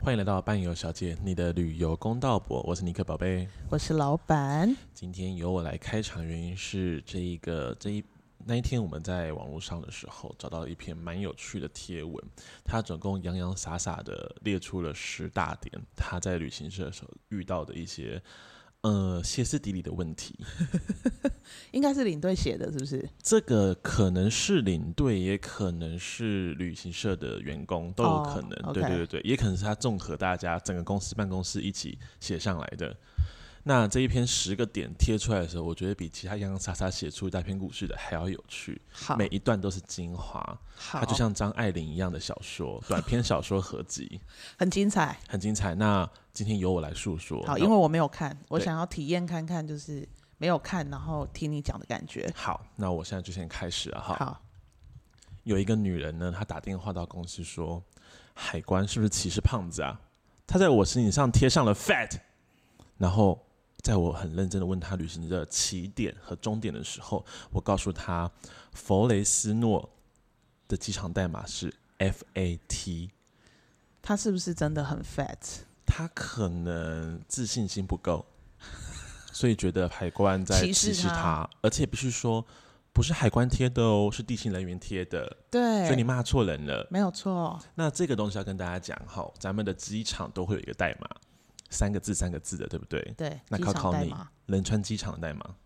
欢迎来到伴游小姐，你的旅游公道伯，我是尼克宝贝， 我是老板。 今天由我来开场，原因是那一天我们在网络上的时候找到了一篇蛮有趣的贴文，他总共洋洋洒洒的列出了10大点他在旅行社的时候遇到的一些歇斯底里的问题。 应该是领队写的，是不是？ 这个可能是领队，也可能是旅行社的员工，都有可能。对对对对，也可能是他综合大家整个公司办公室一起写上来的。那这一篇10个点贴出来的时候，我觉得比其他洋洋洒洒写出一大篇故事的还要有趣。每一段都是精华，它就像张爱玲一样的小说，短篇小说合集， 很精彩， 很精彩。那今天由我来述说。 好，因为我没有看，我想要体验看看，就是没有看，然后听你讲的感觉。 好，那我现在就先开始了哈。 好， 有一个女人呢，她打电话到公司说，海关是不是歧视胖子啊？她在我行李上贴上了 fat， 然后在我很认真的问她旅行的起点和终点的时候，我告诉她佛雷斯诺的机场代码是 FAT。 他是不是真的很 fat？ 她可能自信心不够，所以觉得海关在歧视她，而且必须说不是海关贴的哦，是地勤人员贴的。 对， 所以你骂错人了， 没有错。 那这个东西要跟大家讲哈，咱们的机场都会有一个代码，3个字的，对不对？ 对， 那考你，仁川机场的代码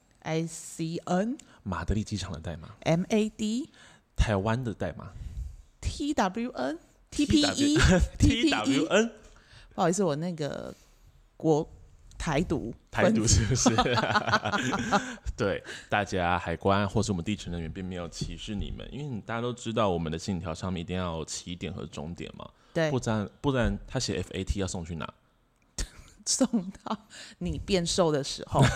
ICN， 马德里机场的代码 MAD， 台湾的代码 TWN TPE TWN。 不好意思，我那个台独是不是？对，大家海关或是我们地勤人员并没有歧视你们，因为大家都知道我们的信条上面一定要有起点和终点嘛。 对， 不然他写 FAT 要送去哪？ 送到你变瘦的时候。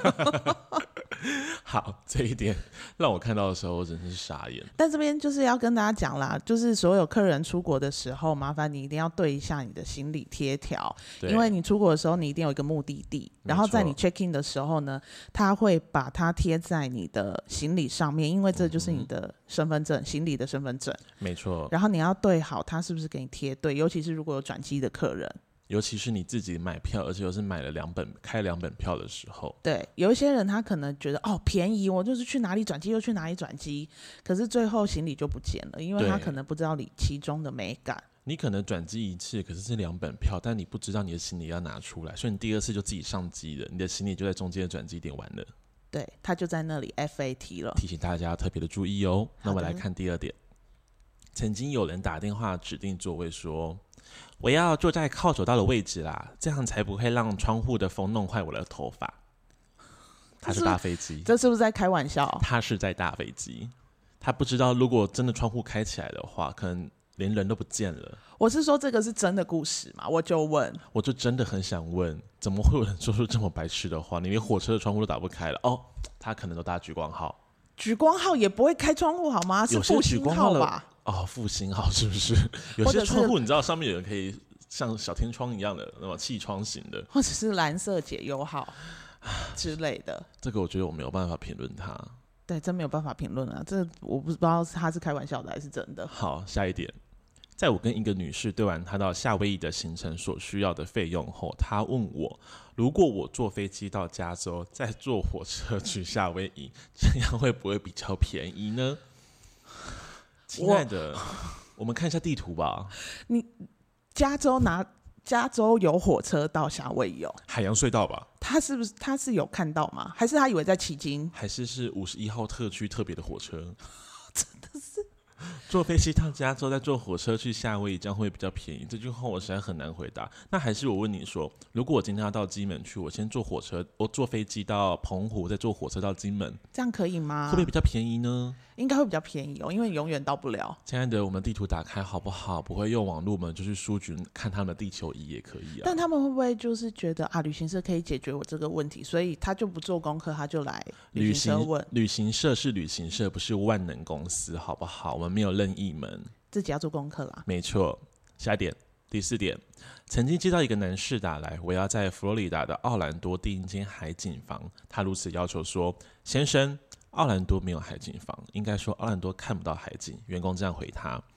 好，这一点让我看到的时候，我真是傻眼。 但这边就是要跟大家讲啦，就是所有客人出国的时候，麻烦你一定要对一下你的行李贴条，因为你出国的时候，你一定有一个目的地，然后在你 check in 的时候呢，他会把它贴在你的行李上面，因为这就是你的身份证，行李的身份证。没错。然后你要对好，他是不是给你贴对，尤其是如果有转机的客人。 尤其是你自己买票，而且又是买了开2本票的时候， 对，有一些人他可能觉得便宜，我就是去哪里转机就去哪里转机，可是最后行李就不见了，因为他可能不知道你其中的美感。 你可能转机一次，可是是2本票，但你不知道你的行李要拿出来，所以你第2次就自己上机了，你的行李就在中间的转机点完了。 对，他就在那里 FAT 了。 提醒大家要特别的注意哦。那我来看第2点，曾经有人打电话指定座位说，我要坐在靠走道的位置啦，这样才不会让窗户的风弄坏我的头发。他是大飞机， 这是不是在开玩笑？ 他是在大飞机，他不知道如果真的窗户开起来的话，可能连人都不见了。 我是说这个是真的故事吗？我就真的很想问，怎么会有人说出这么白痴的话？你连火车的窗户都打不开了哦，他可能都搭莒光号。 莒光号也不会开窗户好吗？是复兴号吧？ 复兴号是不是？有些窗户你知道上面有人可以像小天窗一样的那种气窗型的， 或者是蓝色解忧号之类的。 这个我觉得我没有办法评论它。 对，真没有办法评论啊！这我不知道他是开玩笑的还是真的。 好，下一点，在我跟一个女士对完她到夏威夷的行程所需要的费用后，她问我，如果我坐飞机到加州，再坐火车去夏威夷，这样会不会比较便宜呢？亲爱的，我们看一下地图吧。 加州有火车到夏威夷海洋隧道吧？ 他是有看到吗？还是他以为在旗津？ 还是51号特区特别的火车？ 真的是坐飞机到加州，再坐火车去夏威夷，这样会比较便宜。这句话我实在很难回答。那还是我问你说，如果我今天要到金门去，我先坐火车，我坐飞机到澎湖，再坐火车到金门， 这样可以吗？ 会不会比较便宜呢？ 应该会比较便宜因为你永远到不了。 亲爱的，我们地图打开好不好？不会用网络们就是书局看他们的地球仪也可以啊。 但他们会不会就是觉得旅行社可以解决我这个问题，所以他就不做功课，他就来旅行社问？ 旅行社是旅行社，不是万能公司，好不好？我们没有任意门， 自己要做功课啦。 没错。下一点，第4点，曾经接到一个男士打来，我要在佛罗里达的奥兰多订一间海景房，他如此要求说，先生，奥兰多没有海景房，应该说奥兰多看不到海景。员工这样回他，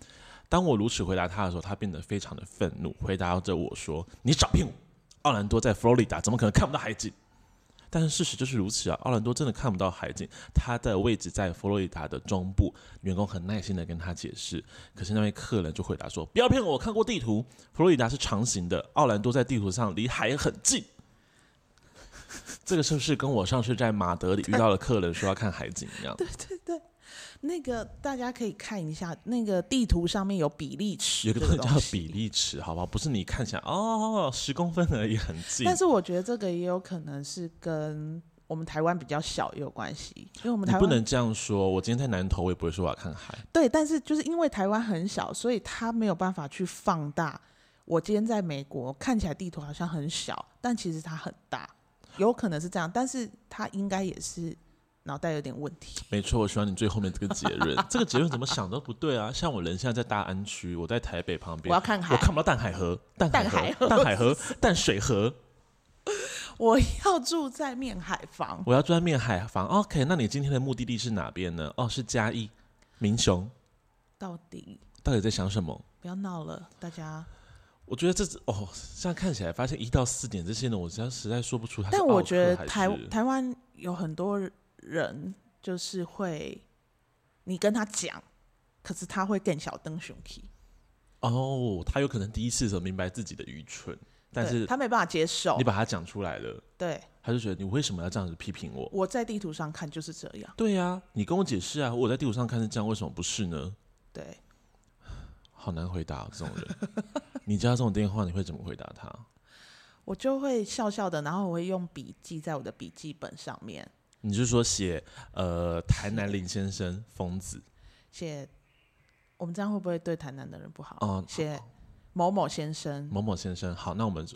当我如此回答他的时候，他变得非常的愤怒，回答着我说：“你少骗我！奥兰多在佛罗里达，怎么可能看不到海景？”但是事实就是如此啊，奥兰多真的看不到海景，他的位置在佛罗里达的中部。员工很耐心的跟他解释，可是那位客人就回答说：“不要骗我，我看过地图，佛罗里达是长形的，奥兰多在地图上离海很近。”这个是不是跟我上次在马德里遇到的客人说要看海景一样？ 对对对，那个大家可以看一下，那个地图上面有比例尺， 有个东西叫比例尺，好不好？不是你看起来10公分而已，很近。 但是我觉得这个也有可能是跟我们台湾比较小也有关系，因为我们台湾你不能这样说。我今天在南投，我也不会说我要看海。 对，但是就是因为台湾很小，所以他没有办法去放大。我今天在美国看起来地图好像很小，但其实它很大。有可能是这样，但是他应该也是脑袋有点问题。 没错，我喜欢你最后面这个结论。这个结论怎么想都不对啊！像我人现在在大安区，我在台北旁边， 我要看海， 我看不到淡海河、淡水河。 我要住在面海房， 我要住在面海房。OK， 那你今天的目的地是哪边呢？是嘉义、民雄。 到底在想什么？ 不要闹了，大家。 我觉得这现在看起来发现1到4点这些人，我实在说不出他是奥克还是。 但我觉得台湾有很多人就是会，你跟他讲，可是他会更小灯熊气。 他有可能第一次的时候明白自己的愚蠢，但是他没办法接受。 你把他讲出来了， 对， 他就觉得你为什么要这样子批评我？ 我在地图上看就是这样。 对啊，你跟我解释啊，我在地图上看是这样，为什么不是呢？ 对。 好难回答这种人。你接到这种电话，你会怎么回答他？ 我就会笑笑的，然后我会用笔记在我的笔记本上面。 你就说写台南林先生疯子， 写我们这样会不会对台南的人不好？写某某先生， 某某先生。好，那我们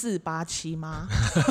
0487吗？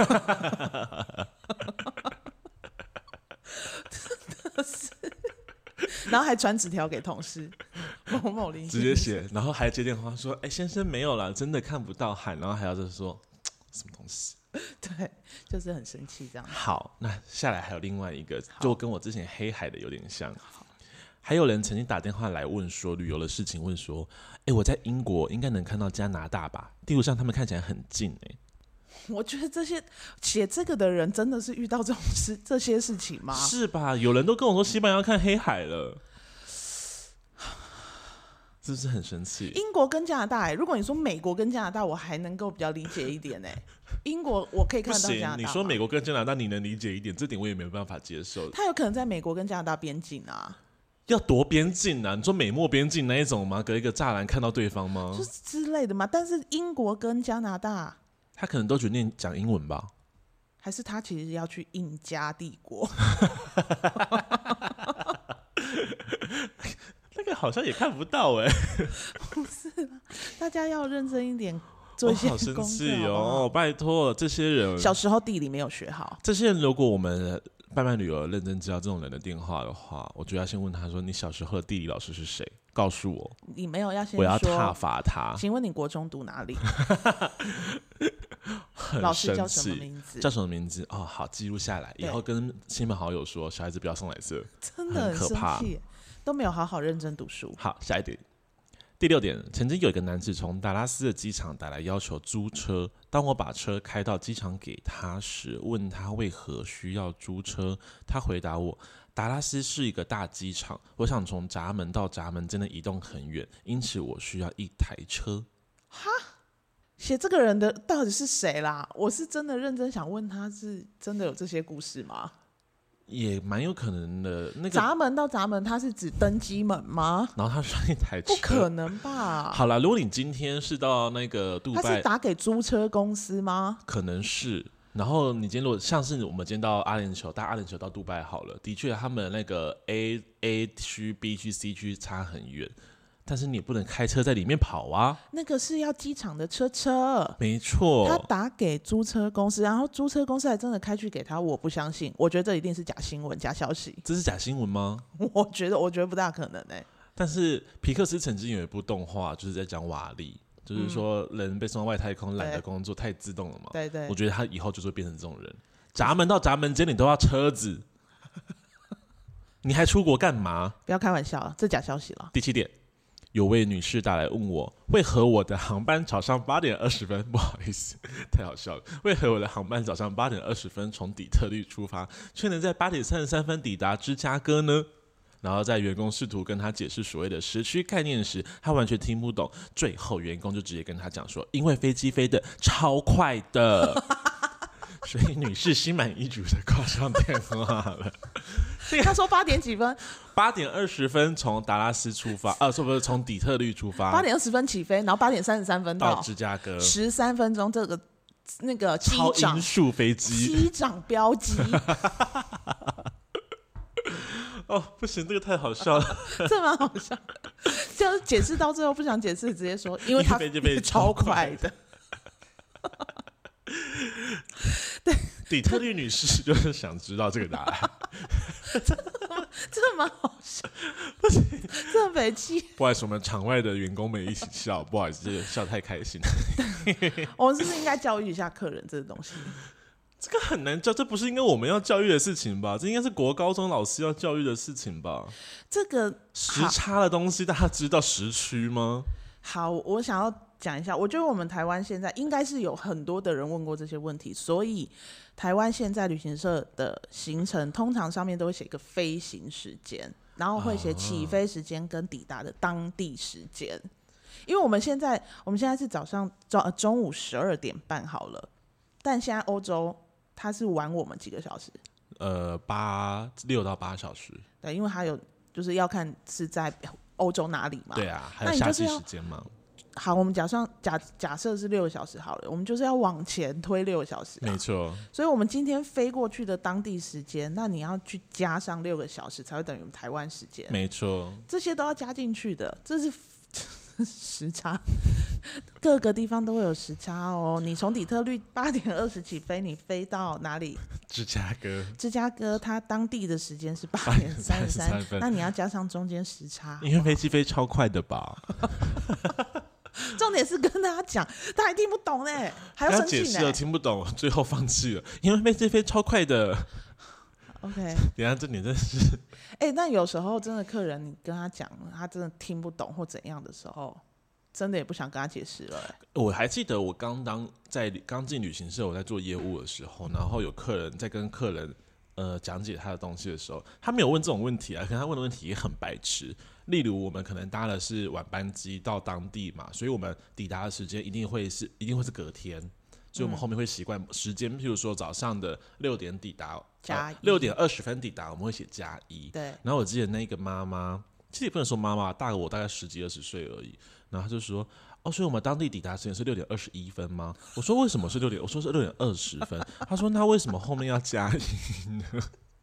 真的是。然后还传纸条给同事，某某林直接写，然后还接电话说：“先生没有啦，真的看不到海。”然后还要就是说什么东西？ 对，就是很生气这样。 好，那下来还有另外一个，就跟我之前黑海的有点像。还有人曾经打电话来问说旅游的事情，问说：“我在英国应该能看到加拿大吧？地图上他们看起来很近。” 我觉得这些写这个的人真的是遇到这些事情吗？ 是吧？有人都跟我说西班牙要看黑海了，是不是很生气？ 英国跟加拿大，如果你说美国跟加拿大，我还能够比较理解一点。英国我可以看到加拿大。 你说美国跟加拿大，你能理解一点，这点我也没有办法接受。 他有可能在美国跟加拿大边境啊。 要多边境啊？你说美墨边境那一种吗？隔一个栅栏看到对方吗？ 就是之类的嘛。但是英国跟加拿大。 他可能都决定讲英文吧？ 还是他其实要去印加帝国？ 那个好像也看不到不是啦，大家要认真一点，做一些功课。 好生气哦！拜托，这些人小时候地理没有学好。 这些人，如果我们伴旅游认真知道这种人的电话的话，我就要先问他说：“你小时候的地理老师是谁？告诉我。” 你没有要先说， 我要挞伐他。 请问你国中读哪里？老师叫什么名字？ 叫什么名字？好，记录下来，以后跟亲朋好友说，小孩子不要送来这， 真的很可怕，都没有好好认真读书。 好，下一点。第6点，曾经有一个男子从达拉斯的机场打来要求租车，当我把车开到机场给他时，问他为何需要租车，他回答我：达拉斯是一个大机场，我想从闸门到闸门真的移动很远，因此我需要一台车。 哈，写这个人的到底是谁啦？我是真的认真想问他，是真的有这些故事吗？ 也蛮有可能的。那个闸门到闸门，它是指登机门吗？ 然后他说一台车， 不可能吧？ 好啦，如果你今天是到那个杜拜， 他是打给租车公司吗？ 可能是。然后你今天如果像是我们今天到阿联酋，搭阿联酋到杜拜好了，的确他们那个 A 区、B 区、C 区差很远。但是你也不能开车在里面跑啊， 那个是要机场的车， 没错。 他打给租车公司，然后租车公司还真的开去给他，我不相信，我觉得这一定是假新闻、假消息。 这是假新闻吗？ 我觉得不大可能但是皮克斯曾经有一部动画，就是在讲瓦力，就是说人被送到外太空，懒得工作，太自动了嘛。 对对。 我觉得他以后就是会变成这种人，闸门到闸门间你都要车子，你还出国干嘛？ 不要开玩笑了，这假消息了。 第7点。 有位女士打来问我，为何我的航班早上8点20分，不好意思，太好笑了。为何我的航班早上8点20分从底特律出发，却能在8点33分抵达芝加哥呢？然后在员工试图跟他解释所谓的时区概念时，他完全听不懂。最后员工就直接跟他讲说，因为飞机飞得超快的。所以女士心满意足的挂上电话了。 他说8点几分 ？8点20分从达拉斯出发，不是从底特律出发。 8点20分起飞，然后8点33分到芝加哥 ，13分钟。这个那个超音速飞机， 机长标机。 哦，不行，这个太好笑了， 这蛮好笑。就解释到最后不想解释，直接说，因为他飞机超快的。 对，底特律女士就是想知道这个答案。 这蛮好笑，不行，这北气。 不好意思，我们场外的员工们一起笑，不好意思，笑太开心了。 我们是不是应该教育一下客人这个东西？ 这个很难教，这不是应该我们要教育的事情吧？这应该是国高中老师要教育的事情吧？ 这个时差的东西，大家知道时区吗？ 好，我想要讲一下，我觉得我们台湾现在应该是有很多的人问过这些问题，所以台湾现在旅行社的行程通常上面都会写一个飞行时间，然后会写起飞时间跟抵达的当地时间。因为我们现在是早上中午12点半好了，但现在欧洲它是晚我们几个小时 ？6到8小时。 对，因为还有就是要看是在欧洲哪里嘛。 对啊，还有夏季时间嘛。 好，我们假设是6个小时好了，我们就是要往前推6个小时。 没错。所以我们今天飞过去的当地时间，那你要去加上6个小时，才会等于我们台湾时间。 没错。 这些都要加进去的，这是时差，各个地方都会有时差哦。你从底特律8点20起飞，你飞到哪里？ 芝加哥。 芝加哥它当地的时间是8点33分，那你要加上中间时差， 因为飞机飞超快的吧？ 重点是跟大家讲，他还听不懂呢，还要生气呢。 解释了听不懂，最后放弃了，因为飞机飞超快的。 OK， 等一下这点真的是， 但有时候真的客人你跟他讲，他真的听不懂或怎样的时候，真的也不想跟他解释了。 我还记得我刚进旅行社，我在做业务的时候，然后有客人在跟客人讲解他的东西的时候，他没有问这种问题啊，可能他问的问题也很白痴。例如我们可能搭的是晚班机到当地嘛，所以我们抵达的时间一定会是隔天，所以我们后面会习惯时间，譬如说早上的6点抵达，6点20分抵达，我们会写+1。 对。 然后我记得那个妈妈，其实也不能说妈妈，大我大概10几20岁而已，然后他就说。所以我们当地抵达时间是6点21分吗？我说为什么是6点？我说是6点20分。他说那为什么后面要加1呢？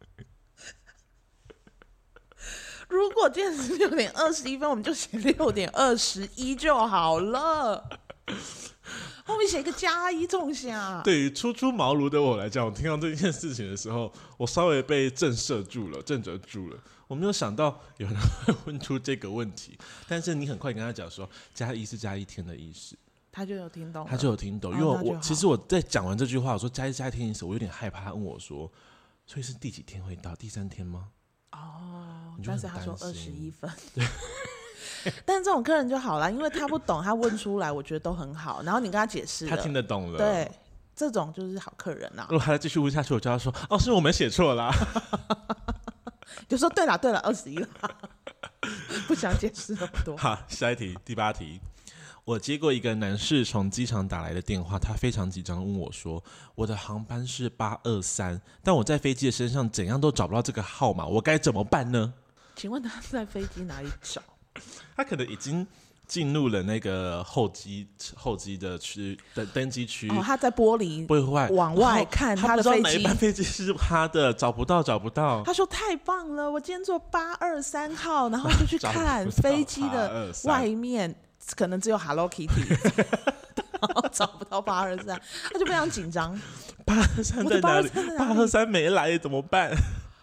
如果今天是6点21分，我们就写6点21就好了。后面写一个+1中下。 对于初出茅庐的我来讲，我听到这件事情的时候，我稍微被震慑住了。我没有想到有人会问出这个问题，但是你很快跟他讲说+1是加1天的意思， 他就有听懂。 因为其实我在讲完这句话，我说+1加1天的意思，我有点害怕。他问我说，所以是第几天会到？第3天吗？ 但是他说21分。对。但是这种客人就好了，因为他不懂，他问出来，我觉得都很好。然后你跟他解释， 他听得懂了。 对，这种就是好客人啊。 如果他继续问下去，我就要说，是我们写错了。 就说对了，21了。不想解释那么多。 好，下一题，第8题。我接过一个男士从机场打来的电话，他非常紧张问我说，我的航班是823，但我在飞机的身上怎样都找不到这个号码，我该怎么办呢？ 请问他在飞机哪里找？ 他可能已经进入了那个候机的登机区。 他在玻璃往外看他的飞机， 他不知道哪一班飞机是他的，找不到。 他说太棒了，我今天坐823号，然后就去看飞机的外面，可能只有 Hello Kitty， 然后找不到823，他就非常紧张。 823在哪里？823没来怎么办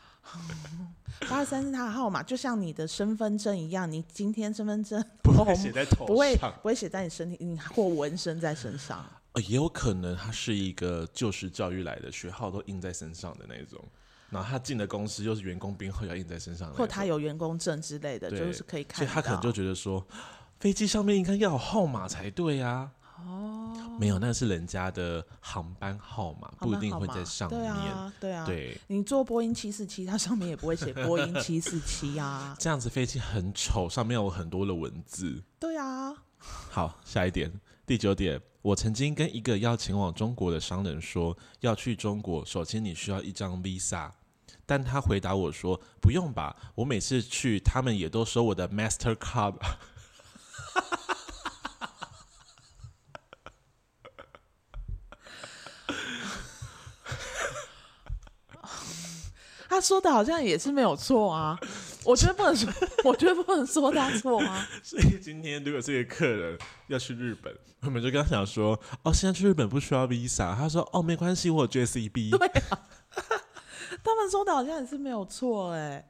？823是他的号码，就像你的身份证一样，你今天身份证不会写在头上， 不会写在你身体，或纹身在身上。 也有可能他是一个旧式教育来的，学号都印在身上的那种，然后他进的公司又是员工编号要印在身上的， 或他有员工证之类的，就是可以看到。 所以他可能就觉得说， 飞机上面应该要有号码才对啊。没有，那是人家的航班号码，不一定会在上面。 对啊， 对， 你坐波音747，它上面也不会写波音747啊。 这样子飞机很丑，上面有很多的文字。 对啊。 好，下一点，第9点，我曾经跟一个要前往中国的商人说，要去中国，首先你需要一张 Visa， 但他回答我说，不用吧，我每次去，他们也都收我的 Mastercard。 他说的好像也是没有错啊，我觉得不能说，我觉得不能说他错啊。 所以今天如果这个客人要去日本，我们就跟他讲说，哦，现在去日本不需要 Visa。他说，哦，没关系，我有 JCB。 对啊，他们说的好像也是没有错哎。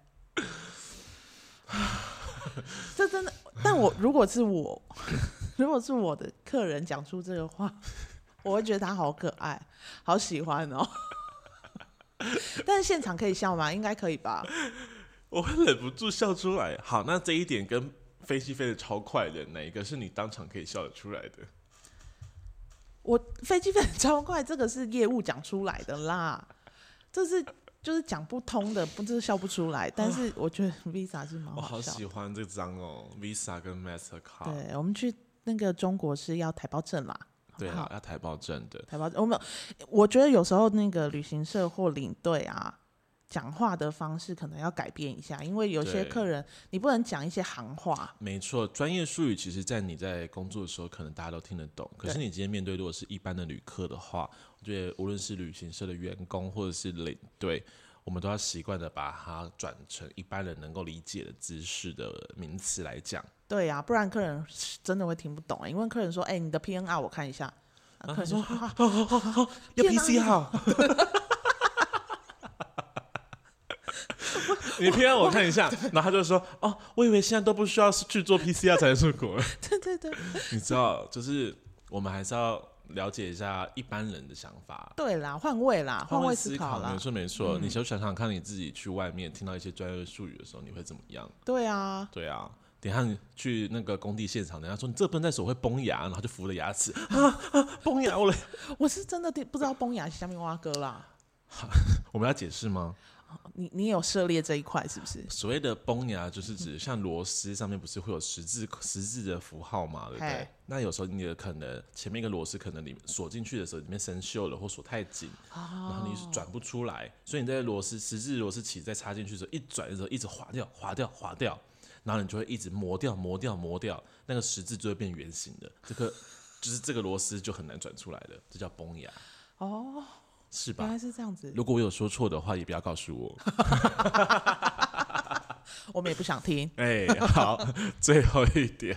这真的，但如果是我的客人讲出这个话，我会觉得他好可爱，好喜欢哦。但是现场可以笑吗？应该可以吧。 我会忍不住笑出来。好，那这一点跟飞机飞得超快的哪一个是你当场可以笑得出来的？ 我飞机飞得超快，这个是业务讲出来的啦，这是就是讲不通的，不是笑不出来。但是我觉得 Visa 是蛮好笑的。 我好喜欢这张哦 ，Visa 跟 Mastercard。 对，我们去那个中国是要台胞证啦。 对啊，要台胞证的。 台胞证，我觉得有时候那个旅行社或领队啊，讲话的方式可能要改变一下，因为有些客人你不能讲一些行话。 没错，专业术语其实在你在工作的时候可能大家都听得懂，可是你今天面对如果是一般的旅客的话，我觉得无论是旅行社的员工或者是领队，我们都要习惯的把它转成一般人能够理解的知识的名词来讲。 对啊，不然客人真的会听不懂。因为客人说，你的 PNR 我看一下。客人说， 要 PC 号。你 PNR 我看一下，然后他就说，哦，我以为现在都不需要去做 PCR 才能出国了。 对， 你知道，就是我们还是要了解一下一般人的想法。 对啦，换位啦，换位思考啦。 没错。你就想想看，你自己去外面听到一些专业术语的时候，你会怎么样？ 对啊。 等一下你去那个工地现场，人家说你这不能在手会崩牙，然后就扶着牙齿崩牙了。 我是真的不知道崩牙是下面挖哥啦。 我们要解释吗？ 你有涉猎这一块是不是？ 所谓的崩牙就是指像螺丝上面不是会有十字的符号嘛，对不对？那有时候你的可能前面一个螺丝可能你锁进去的时候里面生锈了或锁太紧，然后你是转不出来，所以你在十字螺丝起再插进去的时候一转的时候一直滑掉，然后你就会一直磨掉，那个十字就会变圆形的，这个螺丝就很难转出来的，这叫崩牙。 哦， 是吧？ 原来是这样子。 如果我有说错的话，也不要告诉我。 我们也不想听。 好，最后一点，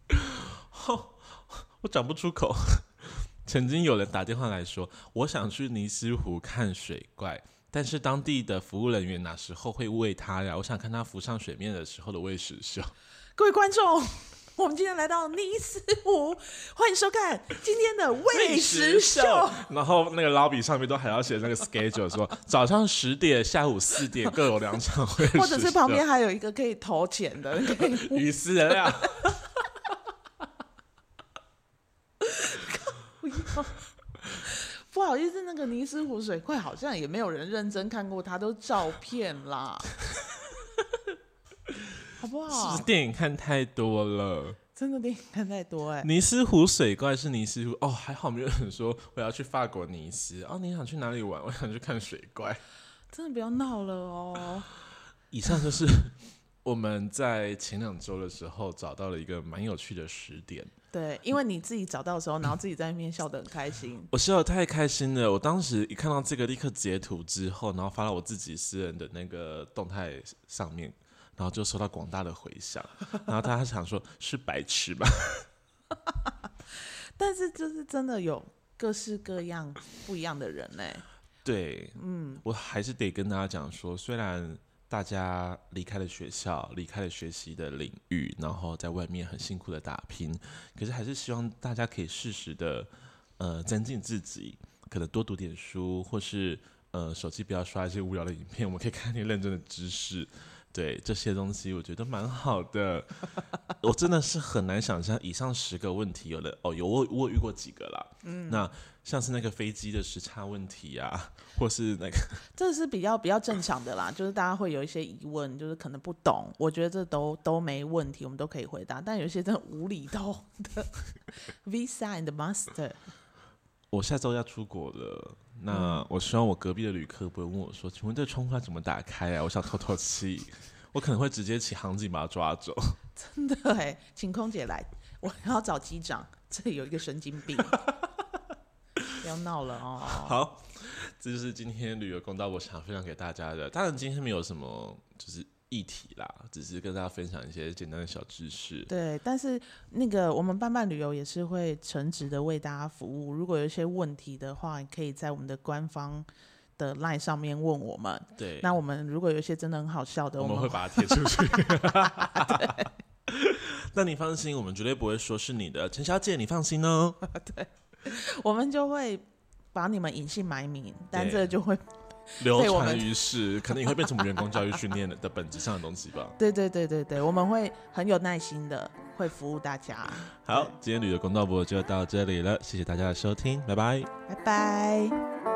我讲不出口。曾经有人打电话来说，我想去尼斯湖看水怪，但是当地的服务人员哪时候会喂它呀？我想看它浮上水面的时候的喂食秀。 各位观众，我们今天来到尼斯湖，欢迎收看今天的喂食秀。 然后那个 lobby 上面都还要写那个 schedule， 说早上10点、下午4点各有2场喂食秀， 或者是旁边还有一个可以投钱的， 鱼丝的量。 不好意思，那个尼斯湖水怪好像也没有人认真看过，它都照片啦。好不好？ 是不是电影看太多了？ 真的电影看太多尼斯湖水怪是尼斯湖哦，还好没有人说我要去法国尼斯哦。你想去哪里玩？我想去看水怪。 真的不要闹了哦。 以上就是我们在前2周的时候找到了一个蛮有趣的10点。 对，因为你自己找到的时候，然后自己在那边笑得很开心。 我笑得太开心了，我当时一看到这个，立刻截图之后，然后发到我自己私人的那个动态上面。然后就收到广大的回响，然后大家想说是白痴吧？ 但是就是真的有各式各样不一样的人呢。 对，我还是得跟大家讲说，虽然大家离开了学校，离开了学习的领域，然后在外面很辛苦的打拼，可是还是希望大家可以适时的增进自己，可能多读点书，或是手机不要刷一些无聊的影片，我们可以看点认真的知识。 对，这些东西我觉得蛮好的。我真的是很难想象以上10个问题我有遇过几个啦。那像是那个飞机的时差问题啊，或是那个这是比较正常的啦，就是大家会有一些疑问，就是可能不懂，我觉得这都没问题，我们都可以回答。但有些真的无厘头的 Visa and Master。 我下周要出国了，那我希望我隔壁的旅客不会问我说：“请问这窗户要怎么打开啊？”我想透透气，我可能会直接请航警把他抓走。 真的哎，请空姐来，我要找机长，这里有一个神经病，不要闹了哦。 好，这就是今天旅游公道我想分享给大家的。当然今天没有什么就是议题啦，只是跟大家分享一些简单的小知识。 对，但是那个我们伴旅游也是会诚挚的为大家服务。如果有一些问题的话，你可以在我们的官方的 LINE 上面问我们。 对， 那我们如果有一些真的很好笑的， 我们会把它贴出去。对，那你放心，我们绝对不会说是你的，陈小姐，你放心哦。 对，我们就会把你们隐姓埋名，但这就会流传于世，可能也会变成我们员工教育训练的本质上的东西吧。 对，我们会很有耐心的，会服务大家。 好，今天旅游公道博就到这里了，谢谢大家的收听，拜拜， 拜拜。